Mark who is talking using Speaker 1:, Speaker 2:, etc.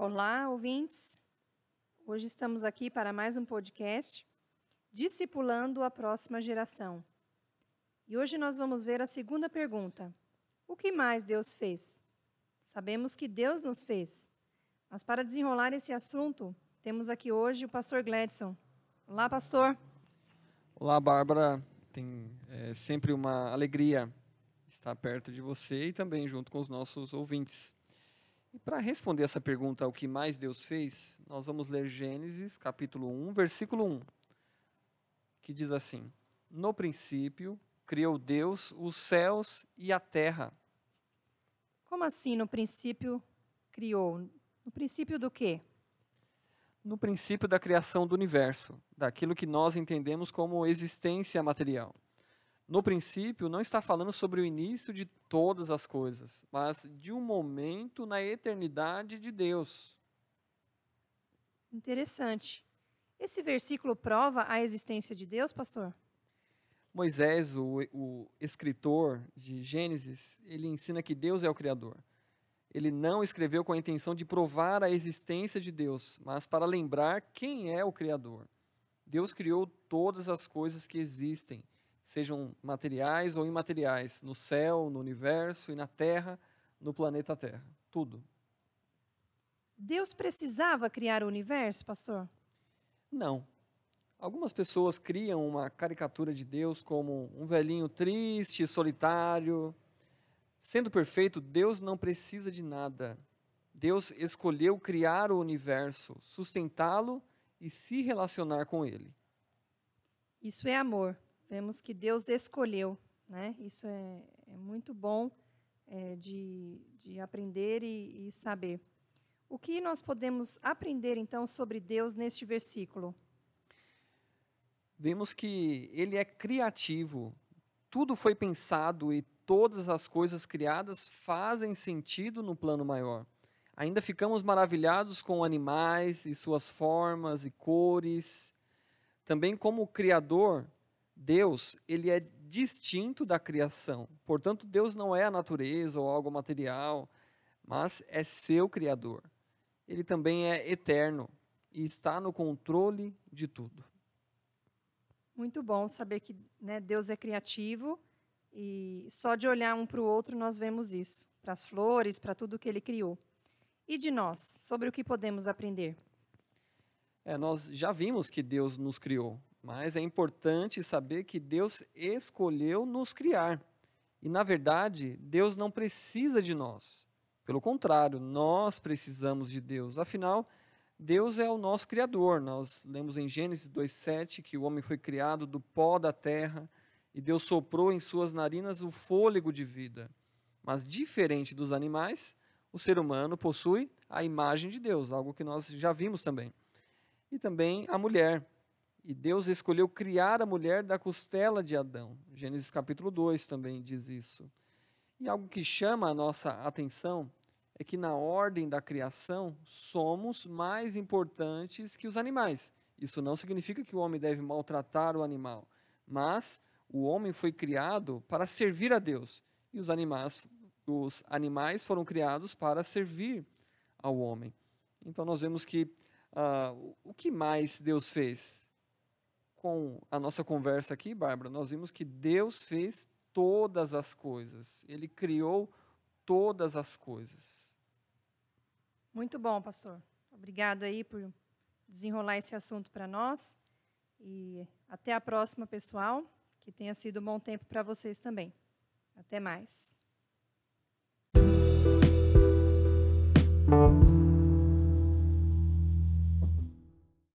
Speaker 1: Olá, ouvintes. Hoje estamos aqui para mais um podcast, Discipulando a Próxima Geração. E hoje nós vamos ver a segunda pergunta. O que mais Deus fez? Sabemos que Deus nos fez. Mas para desenrolar esse assunto, temos aqui hoje o pastor Gledson. Olá, pastor.
Speaker 2: Olá, Bárbara. É sempre uma alegria estar perto de você e também junto com os nossos ouvintes. E para responder essa pergunta, o que mais Deus fez, nós vamos ler Gênesis, capítulo 1, versículo 1, que diz assim: No princípio, criou Deus os céus e a terra.
Speaker 1: Como assim no princípio criou? No princípio do quê?
Speaker 2: No princípio da criação do universo, daquilo que nós entendemos como existência material. No princípio, não está falando sobre o início de todas as coisas, mas de um momento na eternidade de Deus.
Speaker 1: Interessante. Esse versículo prova a existência de Deus, pastor?
Speaker 2: Moisés, o escritor de Gênesis, ele ensina que Deus é o Criador. Ele não escreveu com a intenção de provar a existência de Deus, mas para lembrar quem é o Criador. Deus criou todas as coisas que existem, sejam materiais ou imateriais, no céu, no universo e na terra, no planeta Terra. Tudo.
Speaker 1: Deus precisava criar o universo, pastor?
Speaker 2: Não. Algumas pessoas criam uma caricatura de Deus como um velhinho triste, solitário. Sendo perfeito, Deus não precisa de nada. Deus escolheu criar o universo, sustentá-lo e se relacionar com ele.
Speaker 1: Isso é amor. Vemos que Deus escolheu, né? Isso é muito bom de aprender e saber. O que nós podemos aprender, então, sobre Deus neste versículo?
Speaker 2: Vemos que ele é criativo. Tudo foi pensado e todas as coisas criadas fazem sentido no plano maior. Ainda ficamos maravilhados com animais e suas formas e cores. Também como Criador, Deus, ele é distinto da criação. Portanto, Deus não é a natureza ou algo material, mas é seu Criador. Ele também é eterno e está no controle de tudo.
Speaker 1: Muito bom saber que, né, Deus é criativo e só de olhar um para o outro nós vemos isso, para as flores, para tudo que Ele criou. E de nós, sobre o que podemos aprender?
Speaker 2: Nós já vimos que Deus nos criou, mas é importante saber que Deus escolheu nos criar. E, na verdade, Deus não precisa de nós. Pelo contrário, nós precisamos de Deus. Afinal, Deus é o nosso Criador. Nós lemos em Gênesis 2,7 que o homem foi criado do pó da terra e Deus soprou em suas narinas o fôlego de vida. Mas, diferente dos animais, o ser humano possui a imagem de Deus, algo que nós já vimos também. E também a mulher. E Deus escolheu criar a mulher da costela de Adão. Gênesis capítulo 2 também diz isso. E algo que chama a nossa atenção é que na ordem da criação somos mais importantes que os animais. Isso não significa que o homem deve maltratar o animal, mas o homem foi criado para servir a Deus. E os animais foram criados para servir ao homem. Então nós vemos que o que mais Deus fez? Com a nossa conversa aqui, Bárbara, nós vimos que Deus fez todas as coisas. Ele criou todas as coisas.
Speaker 1: Muito bom, pastor. Obrigado aí por desenrolar esse assunto para nós. E até a próxima, pessoal. Que tenha sido um bom tempo para vocês também. Até mais.